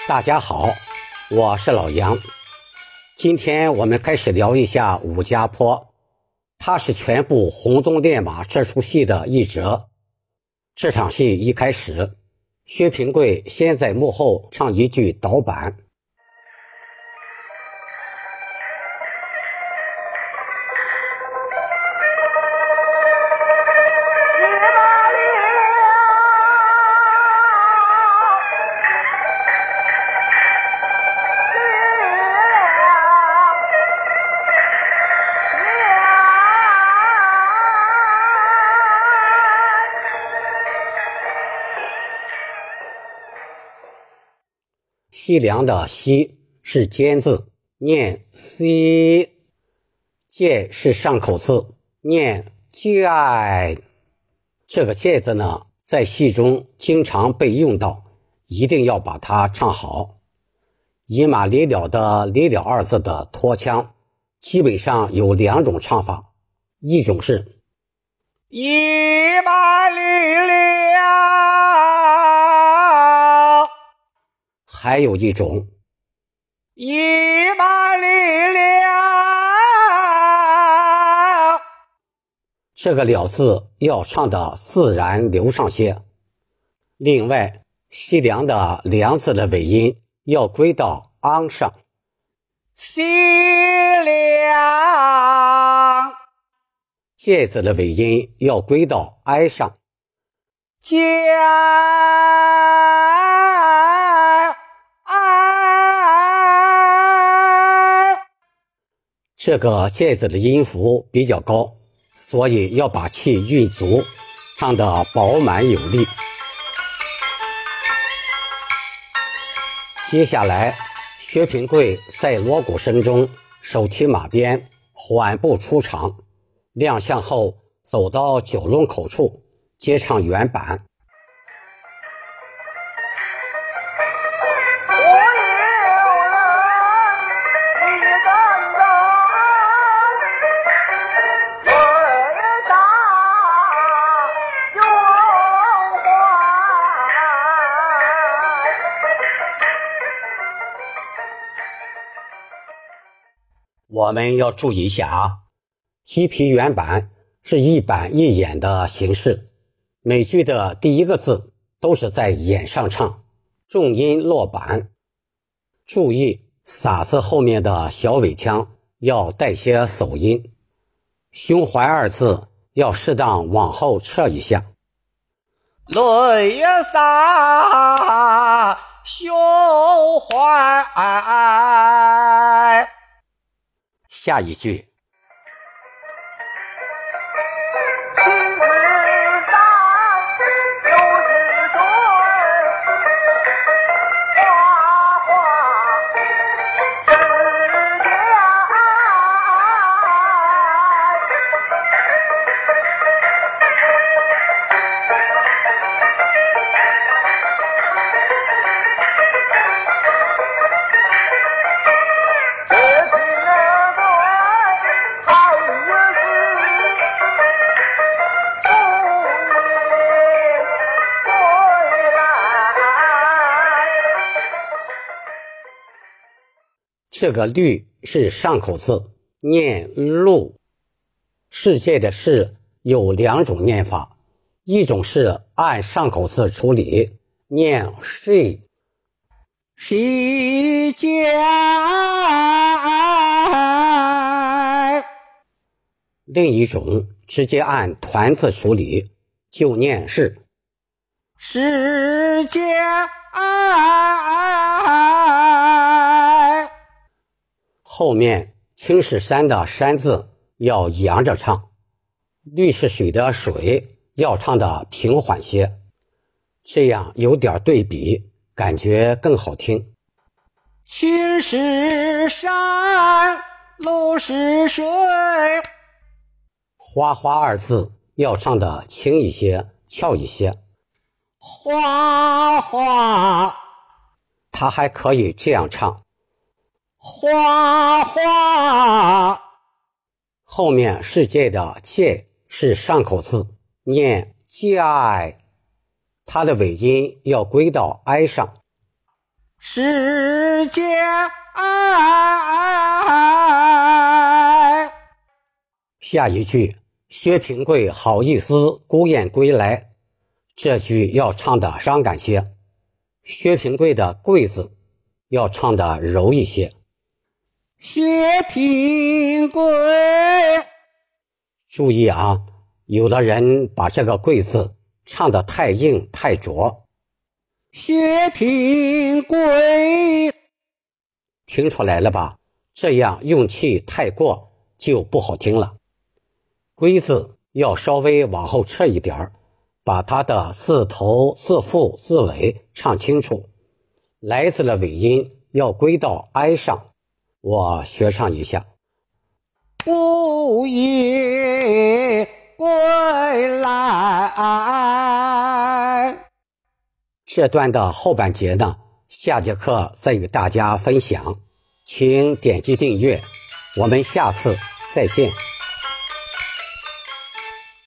大家好，我是老杨。今天我们开始聊一下武家坡，他是全部《红鬃烈马》这出戏的一折。这场戏一开始，薛平贵先在幕后唱一句导板。西凉的西是尖字，念西；介是上口字，念介。这个介字呢，在戏中经常被用到，一定要把它唱好。以马离了的离了二字的拖腔，基本上有两种唱法，一种是一马离了， 还有一种一马离了。 这个了字要唱的自然流畅些。另外，西凉的凉字的尾音要归到昂上， 西凉。 介字的尾音要归到哀上， 介。 这个介字的音符比较高，所以要把气运足，唱得饱满有力。接下来，薛平贵在锣鼓声中手提马鞭，缓步出场，亮相后走到九龙口处，接唱原板。我们要注意一下啊，一皮原板是一板一眼的形式，每句的第一个字都是在眼上唱，重音落板。注意撒字后面的小尾腔要带些手音，胸怀二字要适当往后撤一下。 泪洒胸怀。 下一句这个律是上口字，念路。世界的世有两种念法，一种是按上口字处理，念世， 世界。 另一种直接按团字处理，就念是， 世界。 后面青是山的山字要扬着唱，绿是水的水要唱的平缓些，这样有点对比，感觉更好听。 青是山，绿是水。 花花二字要唱的轻一些，俏一些。 花花， 它还可以这样唱， 花花。 后面世界的界是上口字，念界，它的尾音要归到哀上。 世间下一句薛平贵好意思孤雁归来，这句要唱的伤感些，薛平贵的贵字要唱的柔一些。 薛平贵， 注意啊，有的人把这个贵字唱得太硬太浊。 薛平贵， 听出来了吧？这样用气太过就不好听了。归字要稍微往后撤一点，把它的字头、字腹、字尾唱清楚。来字的尾音要归到哀上。我学唱一下。 不应归来。 这段的后半节呢，下节课再与大家分享，请点击订阅，我们下次再见。